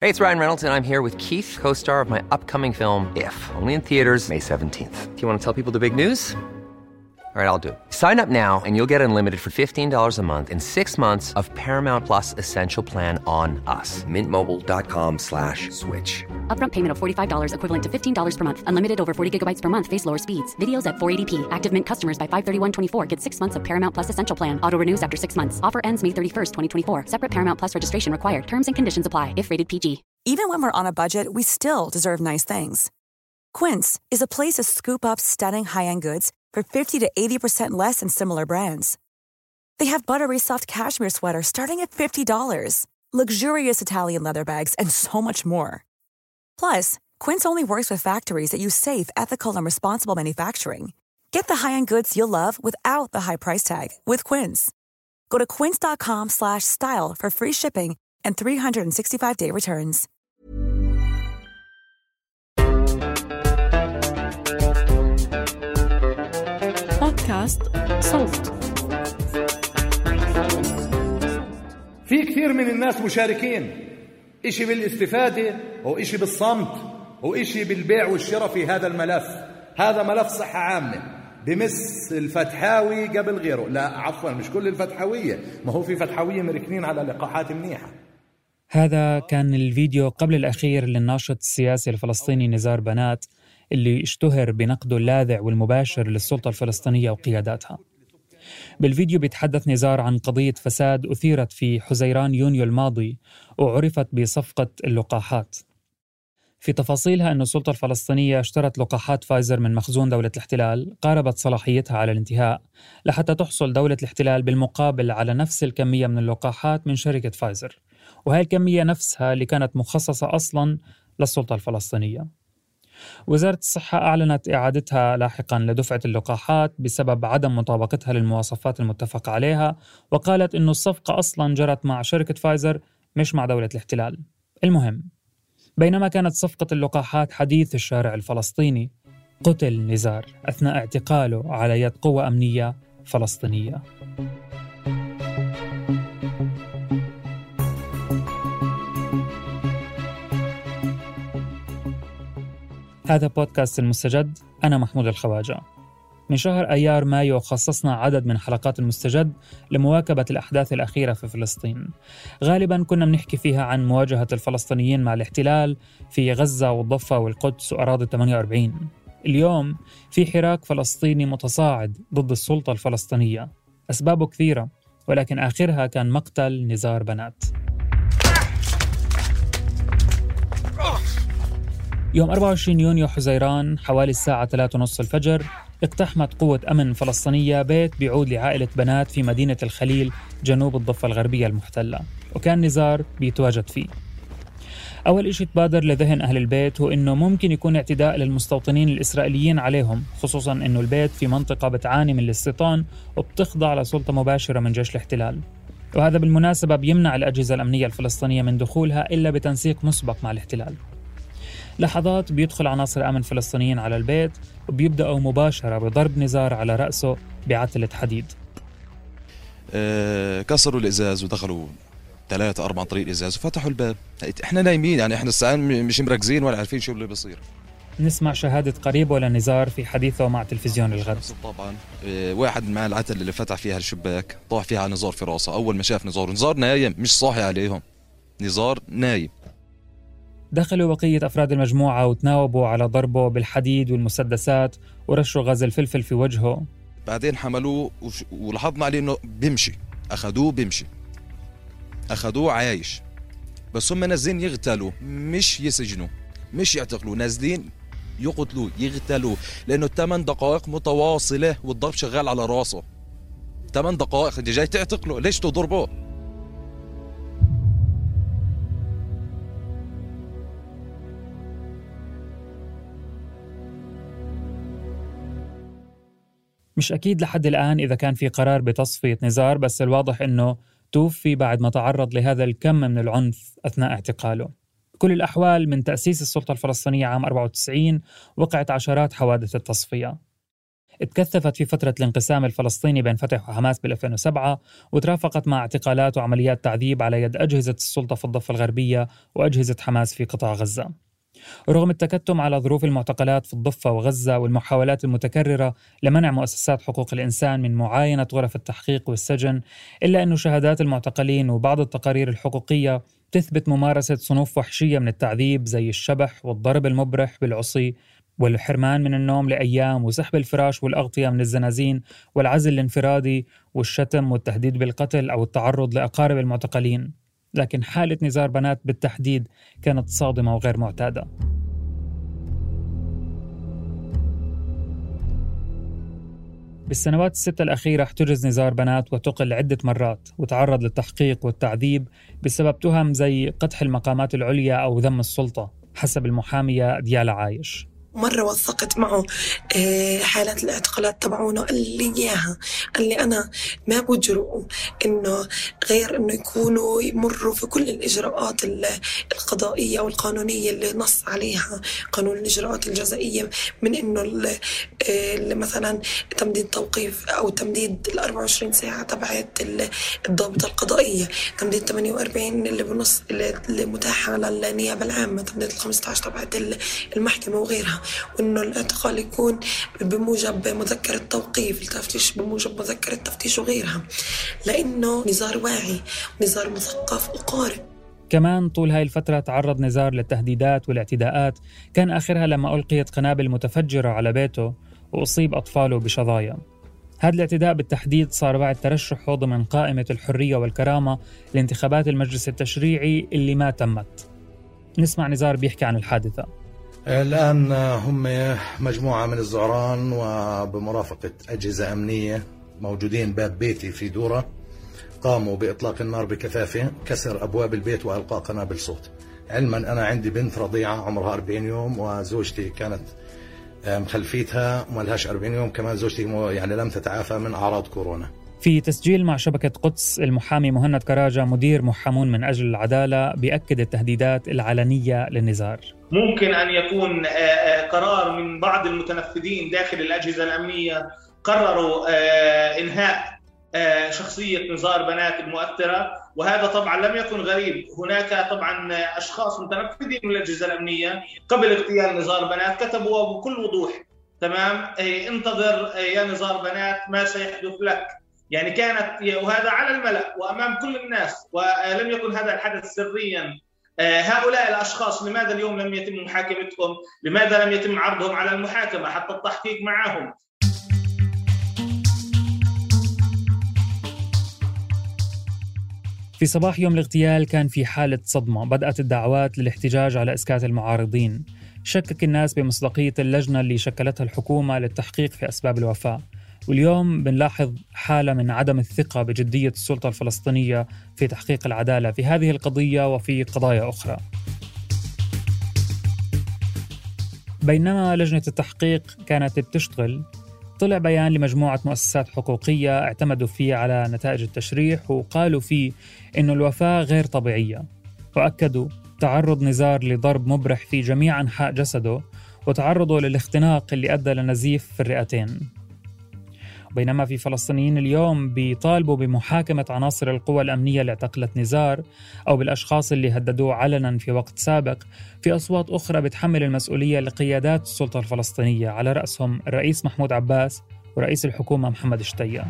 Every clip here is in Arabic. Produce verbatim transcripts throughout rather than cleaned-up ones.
Hey, it's Ryan Reynolds, and I'm here with Keith, co-star of my upcoming film, If, only in theaters May seventeenth. Do you want to tell people the big news? All right, I'll do it. Sign up now and you'll get unlimited for fifteen dollars a month and six months of Paramount Plus Essential Plan on us. Mint Mobile dot com slash switch. Upfront payment of forty-five dollars equivalent to fifteen dollars per month. Unlimited over forty gigabytes per month. Face lower speeds. Videos at four eighty p. Active Mint customers by five thirty-one twenty-four get six months of Paramount Plus Essential Plan. Auto renews after six months. Offer ends May thirty-first, twenty twenty-four. Separate Paramount Plus registration required. Terms and conditions apply if rated P G. Even when we're on a budget, we still deserve nice things. Quince is a place to scoop up stunning high-end goods for fifty to eighty percent less than similar brands. They have buttery soft cashmere sweaters starting at fifty dollars, luxurious Italian leather bags, and so much more. Plus, Quince only works with factories that use safe, ethical, and responsible manufacturing. Get the high-end goods you'll love without the high price tag with Quince. Go to quince dot com slash style for free shipping and three sixty-five day returns. بودكاست صوت. في كثير من الناس مشاركين، إشي بالاستفادة وإشي بالصمت وإشي بالبيع والشراء في هذا الملف. هذا ملف صحة عامة بمس الفتحاوي قبل غيره. لا عفوا، مش كل الفتحاوية، ما هو في فتحاوية مركنين على لقاحات منيحة. هذا كان الفيديو قبل الأخير للناشط السياسي الفلسطيني نزار بنات، اللي اشتهر بنقده اللاذع والمباشر للسلطة الفلسطينية وقياداتها. بالفيديو بيتحدث نزار عن قضية فساد أثيرت في حزيران يونيو الماضي وعرفت بصفقة اللقاحات. في تفاصيلها أن السلطة الفلسطينية اشترت لقاحات فايزر من مخزون دولة الاحتلال قاربت صلاحيتها على الانتهاء، لحتى تحصل دولة الاحتلال بالمقابل على نفس الكمية من اللقاحات من شركة فايزر، وهي الكمية نفسها اللي كانت مخصصة أصلاً للسلطة الفلسطينية. وزارة الصحة أعلنت إعادتها لاحقاً لدفعة اللقاحات بسبب عدم مطابقتها للمواصفات المتفق عليها، وقالت إنه الصفقة أصلاً جرت مع شركة فايزر مش مع دولة الاحتلال. المهم، بينما كانت صفقة اللقاحات حديث الشارع الفلسطيني، قتل نزار أثناء اعتقاله على يد قوة أمنية فلسطينية. هذا بودكاست المستجد، أنا محمود الخواجة. من شهر أيار مايو خصصنا عدد من حلقات المستجد لمواكبة الأحداث الأخيرة في فلسطين. غالباً كنا بنحكي فيها عن مواجهة الفلسطينيين مع الاحتلال في غزة والضفة والقدس وأراضي ثمانية وأربعين. اليوم في حراك فلسطيني متصاعد ضد السلطة الفلسطينية، أسبابه كثيرة، ولكن آخرها كان مقتل نزار بنات. يوم أربعة وعشرين يونيو حزيران حوالي الساعة ثلاثة ونصف الفجر اقتحمت قوة أمن فلسطينية بيت بيعود لعائلة بنات في مدينة الخليل جنوب الضفة الغربية المحتلة، وكان نزار بيتواجد فيه. أول إشي تبادر لذهن أهل البيت هو إنه ممكن يكون اعتداء للمستوطنين الإسرائيليين عليهم، خصوصاً إنه البيت في منطقة بتعاني من الاستيطان وبتخضع لسلطة مباشرة من جيش الاحتلال، وهذا بالمناسبة بيمنع الأجهزة الأمنية الفلسطينية من دخولها إلا بتنسيق مسبق مع الاحتلال. لحظات بيدخل عناصر أمن فلسطينيين على البيت وبيبدأوا مباشرة بضرب نزار على رأسه بعتلة حديد. أه كسروا الإزاز ودخلوا ثلاثة أربعة طريق الإزاز وفتحوا الباب. إحنا نايمين، يعني إحنا الساعة مش مركزين ولا عارفين شو اللي بيصير. نسمع شهادة قريبه لنزار في حديثه مع تلفزيون الغد. طبعا أه واحد مع العتل اللي فتح فيها الشباك طاح فيها نزار في راسه. أول ما شاف نزار، نزار نايم مش صاحي عليهم، نزار نايم. دخلوا بقية أفراد المجموعة وتناوبوا على ضربه بالحديد والمسدسات ورشوا غاز الفلفل في وجهه. بعدين حملوه وش... ولاحظنا عليه إنه بيمشي، أخذوه بيمشي، أخذوه عايش، بس هم نازلين يغتالوا مش يسجنوا مش يعتقلوا، نازلين يقتلوا يغتالوا، لأنه ثمان دقائق متواصلة والضرب شغال على راسه. ثمان دقائق انت جاي تعتقله، ليش تضربه؟ مش أكيد لحد الآن إذا كان في قرار بتصفية نزار، بس الواضح إنه توفي بعد ما تعرض لهذا الكم من العنف أثناء اعتقاله. كل الأحوال من تأسيس السلطة الفلسطينية عام أربعة وتسعين وقعت عشرات حوادث التصفية. اتكثفت في فترة الانقسام الفلسطيني بين فتح وحماس بالألفين وسبعة، وترافقت مع اعتقالات وعمليات تعذيب على يد أجهزة السلطة في الضفة الغربية وأجهزة حماس في قطاع غزة. رغم التكتم على ظروف المعتقلات في الضفة وغزة والمحاولات المتكررة لمنع مؤسسات حقوق الإنسان من معاينة غرف التحقيق والسجن، إلا أن شهادات المعتقلين وبعض التقارير الحقوقية تثبت ممارسة صنوف وحشية من التعذيب زي الشبح والضرب المبرح بالعصي والحرمان من النوم لأيام وسحب الفراش والأغطية من الزنازين والعزل الانفرادي والشتم والتهديد بالقتل أو التعرض لأقارب المعتقلين. لكن حالة نزار بنات بالتحديد كانت صادمة وغير معتادة. بالسنوات الستة الأخيرة احتجز نزار بنات وتقل عدة مرات وتعرض للتحقيق والتعذيب بسبب تهم زي قدح المقامات العليا أو ذم السلطة حسب المحامية ديالا عايش. مرة وثقت معه حالات الاعتقالات تبعونه، قال لي إياها، قال لي أنا ما بجرؤوا إنه غير إنه يكونوا يمروا في كل الإجراءات القضائية والقانونية اللي نص عليها قانون الإجراءات الجزائية، من إنه مثلا تمديد توقيف أو تمديد ال أربعة وعشرين ساعة تبعت الضابطة القضائية، تمديد ثمانية وأربعين اللي بنص اللي متاحة للنيابة العامة، تمديد ال خمسة عشر تبعت المحكمة وغيرها، وإنه الاعتقال يكون بموجب مذكرة توقيف، التفتيش بموجب مذكرة تفتيش وغيرها، لأنه نزار واعي ونزار مثقف وقارئ. كمان طول هاي الفترة تعرض نزار للتهديدات والاعتداءات، كان آخرها لما ألقيت قنابل متفجرة على بيته وأصيب أطفاله بشظايا. هذا الاعتداء بالتحديد صار بعد ترشحه ضمن قائمة الحرية والكرامة لانتخابات المجلس التشريعي اللي ما تمت. نسمع نزار بيحكي عن الحادثة. الآن هم مجموعة من الزعران وبمرافقة أجهزة أمنية موجودين باب بيتي في دورة، قاموا بإطلاق النار بكثافة، كسر أبواب البيت وألقاء قنابل صوت. علما أنا عندي بنت رضيعة عمرها أربعين يوم، وزوجتي كانت مخلفيتها وما لهاش أربعين يوم، كمان زوجتي يعني لم تتعافى من أعراض كورونا. في تسجيل مع شبكة قدس، المحامي مهند كراجة مدير محامون من أجل العدالة بيأكد التهديدات العلنية للنزار. ممكن أن يكون قرار من بعض المتنفذين داخل الأجهزة الأمنية قرروا إنهاء شخصية نزار بنات المؤثرة، وهذا طبعا لم يكن غريب. هناك طبعا أشخاص متنفذين من الأجهزة الأمنية قبل اغتيال نزار بنات كتبوا بكل وضوح، تمام، انتظر يا نزار بنات ما سيحدث لك. يعني كانت، وهذا على الملأ وأمام كل الناس، ولم يكن هذا الحدث سريا. هؤلاء الأشخاص لماذا اليوم لم يتم محاكمتهم؟ لماذا لم يتم عرضهم على المحاكمة حتى التحقيق معهم؟ في صباح يوم الاغتيال كان في حالة صدمة. بدأت الدعوات للاحتجاج على إسكات المعارضين. شكك الناس بمصداقية اللجنة اللي شكلتها الحكومة للتحقيق في أسباب الوفاة. واليوم بنلاحظ حالة من عدم الثقة بجدية السلطة الفلسطينية في تحقيق العدالة في هذه القضية وفي قضايا أخرى. بينما لجنة التحقيق كانت بتشتغل، طلع بيان لمجموعة مؤسسات حقوقية اعتمدوا فيه على نتائج التشريح، وقالوا فيه إنه الوفاة غير طبيعية، وأكدوا تعرض نزار لضرب مبرح في جميع أنحاء جسده وتعرضه للاختناق اللي أدى لنزيف في الرئتين. بينما في فلسطينيين اليوم بيطالبوا بمحاكمة عناصر القوى الأمنية اللي اعتقلت نزار أو بالأشخاص اللي هددوه علنا في وقت سابق، في أصوات أخرى بتحمل المسؤولية لقيادات السلطة الفلسطينية على رأسهم الرئيس محمود عباس ورئيس الحكومة محمد شتية.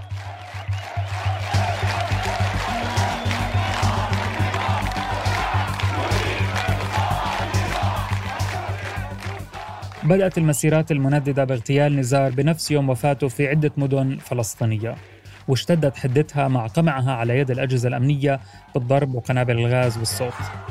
بدأت المسيرات المنددة باغتيال نزار بنفس يوم وفاته في عدة مدن فلسطينية، واشتدت حدتها مع قمعها على يد الأجهزة الأمنية بالضرب وقنابل الغاز والصوت.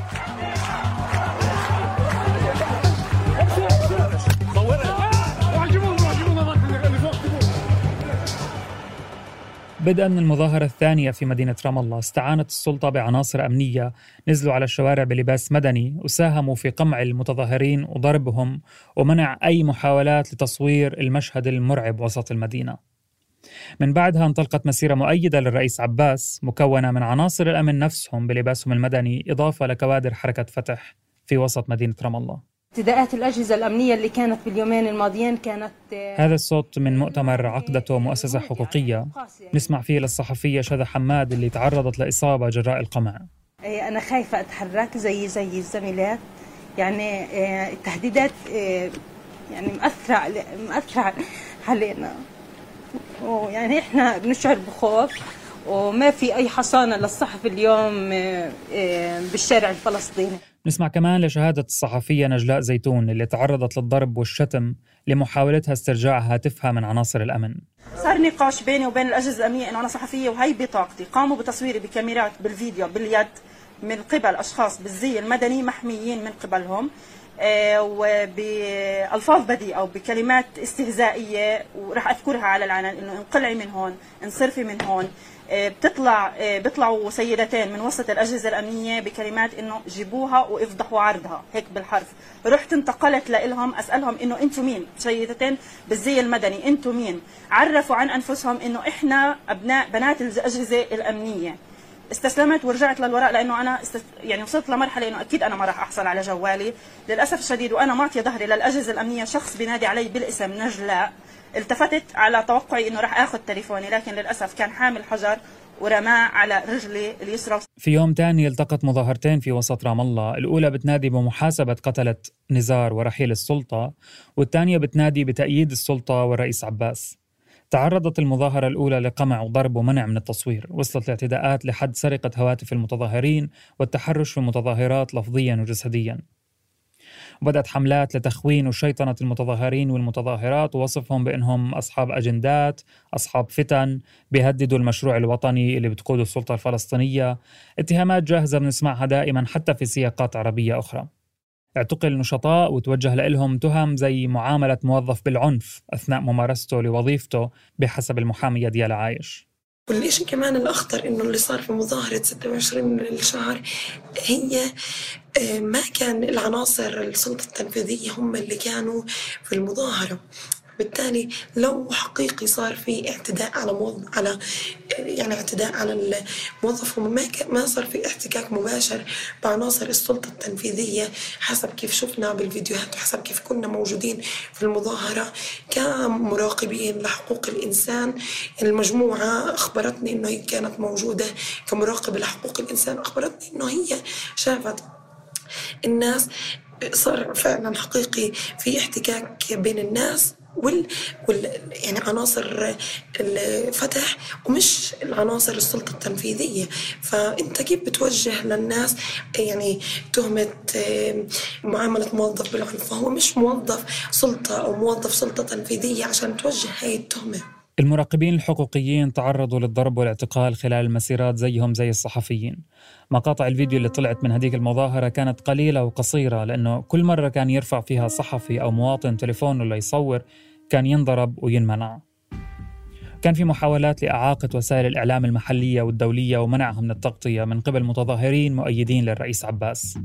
بدءا من المظاهرة الثانية في مدينة رام الله، استعانت السلطة بعناصر أمنية نزلوا على الشوارع بلباس مدني وساهموا في قمع المتظاهرين وضربهم ومنع أي محاولات لتصوير المشهد المرعب وسط المدينة. من بعدها انطلقت مسيرة مؤيدة للرئيس عباس مكونة من عناصر الأمن نفسهم بلباسهم المدني، إضافة لكوادر حركة فتح في وسط مدينة رام الله. اعتداءات الأجهزة الأمنية اللي كانت باليومين الماضيين كانت. هذا الصوت من مؤتمر عقدته مؤسسة حقوقية نسمع فيه للصحفية شذى حماد اللي تعرضت لإصابة جراء القمع. أنا خايفة أتحرك زي زي الزميلات، يعني التهديدات يعني مأثرة مأثرة علينا، ويعني إحنا بنشعر بخوف وما في أي حصانة للصحف اليوم بالشارع الفلسطيني. نسمع كمان لشهادة الصحفية نجلاء زيتون اللي تعرضت للضرب والشتم لمحاولتها استرجاع هاتفها من عناصر الأمن. صار نقاش بيني وبين الأجهزة الأمنية إنه أنا صحفية وهي بطاقتي، قاموا بتصويري بكاميرات بالفيديو باليد من قبل أشخاص بالزي المدني محميين من قبلهم وبألفاظ بذيئة أو بكلمات استهزائية، وراح أذكرها على العلن إنه انقلعي من هون، انصرفي من هون. بتطلع بيطلعوا سيدتين من وسط الأجهزة الأمنية بكلمات إنه جيبوها وافضحوا عرضها، هيك بالحرف. رحت انتقلت لإلهم أسألهم إنه أنتوا مين؟ سيدتين بالزي المدني، أنتوا مين؟ عرفوا عن أنفسهم إنه إحنا أبناء بنات الأجهزة الأمنية. استسلمت ورجعت للوراء لأنه أنا است... يعني وصلت لمرحلة إنه أكيد أنا ما راح أحصل على جوالي. للأسف الشديد وأنا معطية ظهري للأجهزة الأمنية شخص بينادي علي بالاسم نجلاء، التفتت على توقعي إنه راح أخذ تليفوني، لكن للأسف كان حامل حجر ورماه على رجلي اليسرى. في يوم تاني التقت مظاهرتين في وسط رام الله، الأولى بتنادي بمحاسبة قتلة نزار ورحيل السلطة، والثانية بتنادي بتأييد السلطة والرئيس عباس. تعرضت المظاهرة الأولى لقمع وضرب ومنع من التصوير، وصلت الاعتداءات لحد سرقة هواتف المتظاهرين والتحرش في المتظاهرات لفظيا وجسديا. وبدأت حملات لتخوين وشيطنة المتظاهرين والمتظاهرات ووصفهم بأنهم أصحاب أجندات، أصحاب فتن، بيهددوا المشروع الوطني اللي بتقوده السلطة الفلسطينية. اتهامات جاهزة بنسمعها دائما حتى في سياقات عربية أخرى. اعتقل نشطاء وتوجه لهم تهم زي معاملة موظف بالعنف أثناء ممارسته لوظيفته بحسب المحامية ديالا عايش. والشيء كمان الأخطر إنه اللي صار في مظاهرة ستة وعشرين الشهر هي ما كان العناصر السلطة التنفيذية هم اللي كانوا في المظاهرة. بالتالي لو حقيقي صار في اعتداء على موظف على يعني اعتداء على الموظف وما ما صار في احتكاك مباشر بعناصر السلطة التنفيذية حسب كيف شفنا بالفيديوهات وحسب كيف كنا موجودين في المظاهرة كمراقبين لحقوق الإنسان. المجموعة أخبرتني إنه هي كانت موجودة كمراقبة لحقوق الإنسان، أخبرتني إنه هي شافت الناس، صار فعلا حقيقي في احتكاك بين الناس وال, وال... يعني عناصر الفتح ومش العناصر السلطة التنفيذية. فأنت كيف بتوجه للناس يعني تهمة معاملة موظف بالعنف؟ فهو مش موظف سلطة أو موظف سلطة تنفيذية عشان توجه هاي التهمة. المراقبين الحقوقيين تعرضوا للضرب والاعتقال خلال المسيرات زيهم زي الصحفيين. مقاطع الفيديو اللي طلعت من هذيك المظاهرة كانت قليلة وقصيرة، لأنه كل مرة كان يرفع فيها صحفي أو مواطن تليفونه ليصور كان ينضرب وينمنع. كان في محاولات لإعاقة وسائل الإعلام المحلية والدولية ومنعها من التغطية من قبل متظاهرين مؤيدين للرئيس عباس.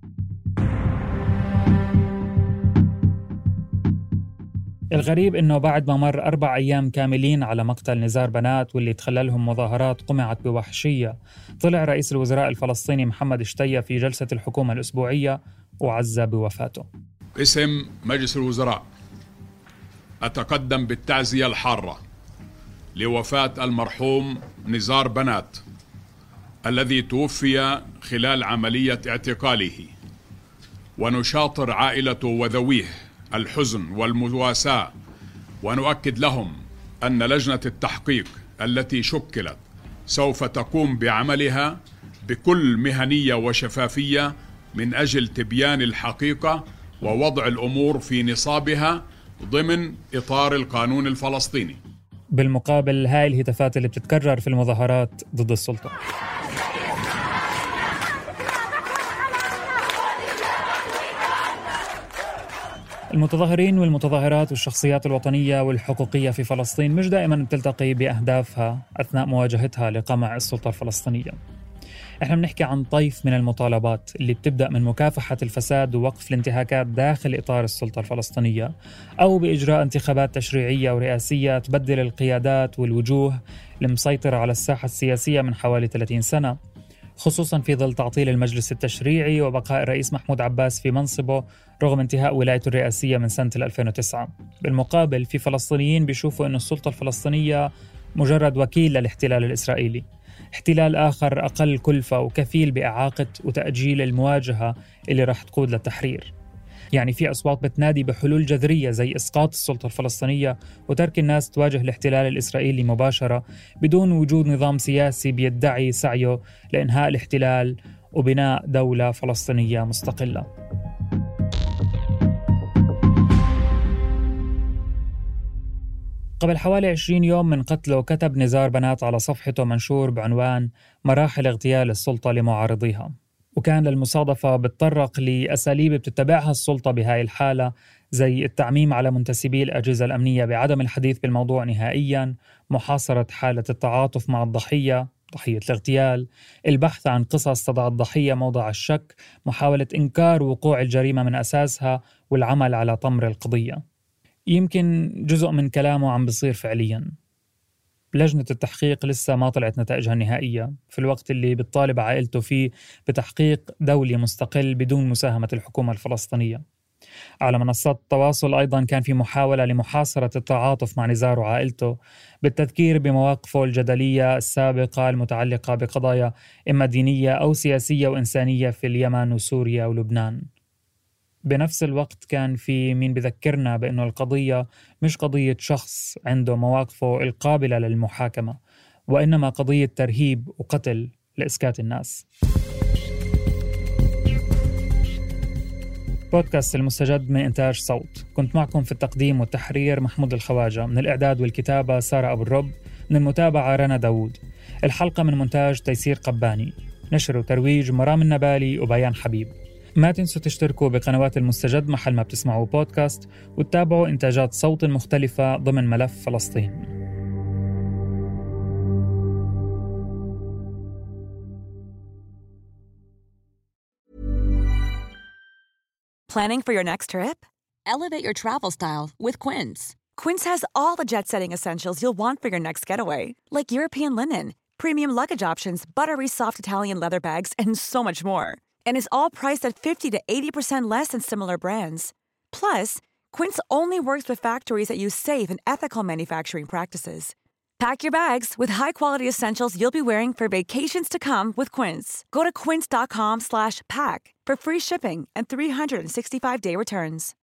الغريب إنه بعد ما مر أربع أيام كاملين على مقتل نزار بنات واللي تخللهم مظاهرات قمعت بوحشية، طلع رئيس الوزراء الفلسطيني محمد شتية في جلسة الحكومة الأسبوعية وعزى بوفاته. اسم مجلس الوزراء أتقدم بالتعزية الحارة لوفاة المرحوم نزار بنات الذي توفي خلال عملية اعتقاله، ونشاطر عائلته وذويه الحزن والمواساة، ونؤكد لهم أن لجنة التحقيق التي شكلت سوف تقوم بعملها بكل مهنية وشفافية من أجل تبيان الحقيقة ووضع الأمور في نصابها ضمن إطار القانون الفلسطيني. بالمقابل هاي الهتافات اللي بتتكرر في المظاهرات ضد السلطة. المتظاهرين والمتظاهرات والشخصيات الوطنية والحقوقية في فلسطين مش دائما بتلتقي بأهدافها أثناء مواجهتها لقمع السلطة الفلسطينية. احنا بنحكي عن طيف من المطالبات اللي بتبدأ من مكافحة الفساد ووقف الانتهاكات داخل إطار السلطة الفلسطينية، أو بإجراء انتخابات تشريعية ورئاسية تبدل القيادات والوجوه المسيطرة على الساحة السياسية من حوالي ثلاثين سنة، خصوصاً في ظل تعطيل المجلس التشريعي وبقاء الرئيس محمود عباس في منصبه رغم انتهاء ولايته الرئاسية من سنة ألفين وتسعة. بالمقابل في فلسطينيين بيشوفوا أن السلطة الفلسطينية مجرد وكيل للاحتلال الإسرائيلي، احتلال آخر أقل كلفة وكفيل بإعاقة وتأجيل المواجهة اللي راح تقود للتحرير. يعني في أصوات بتنادي بحلول جذرية زي إسقاط السلطة الفلسطينية وترك الناس تواجه الاحتلال الإسرائيلي مباشرة بدون وجود نظام سياسي بيدعي سعيه لإنهاء الاحتلال وبناء دولة فلسطينية مستقلة. قبل حوالي عشرين يوم من قتله كتب نزار بنات على صفحته منشور بعنوان مراحل اغتيال السلطة لمعارضيها، وكان للمصادفة بتطرق لأساليب بتتبعها السلطة بهاي الحالة زي التعميم على منتسبي الأجهزة الأمنية بعدم الحديث بالموضوع نهائياً، محاصرة حالة التعاطف مع الضحية ضحية الاغتيال، البحث عن قصص تضع الضحية موضع الشك، محاولة إنكار وقوع الجريمة من أساسها، والعمل على طمر القضية. يمكن جزء من كلامه عم بصير فعلياً. لجنة التحقيق لسه ما طلعت نتائجها النهائية في الوقت اللي بتطالب عائلته فيه بتحقيق دولي مستقل بدون مساهمة الحكومة الفلسطينية. على منصات التواصل أيضاً كان في محاولة لمحاصرة التعاطف مع نزار وعائلته بالتذكير بمواقفه الجدلية السابقة المتعلقة بقضايا إما دينية أو سياسية وإنسانية في اليمن وسوريا ولبنان. بنفس الوقت كان في مين بذكرنا بأنه القضية مش قضية شخص عنده مواقفه القابلة للمحاكمة، وإنما قضية ترهيب وقتل لإسكات الناس. بودكاست المستجد من إنتاج صوت، كنت معكم في التقديم والتحرير محمود الخواجة، من الإعداد والكتابة سارة أبو الرب، من المتابعة رنا داود، الحلقة من مونتاج تيسير قباني، نشر وترويج مرام النبالي وبيان حبيب. ما تنسوا تشتركوا بقنوات المستجد محل ما بتسمعوا بودكاست وتتابعوا إنتاجات صوت مختلفة ضمن ملف فلسطين. Planning for your next trip? Elevate your travel style with Quince. Quince has all the jet-setting essentials you'll want for your next getaway, like European linen, premium luggage options, buttery soft Italian leather bags, and so much more. And is all priced at fifty to eighty percent less than similar brands. Plus, Quince only works with factories that use safe and ethical manufacturing practices. Pack your bags with high-quality essentials you'll be wearing for vacations to come with Quince. Go to quince dot com slash pack for free shipping and three sixty-five day returns.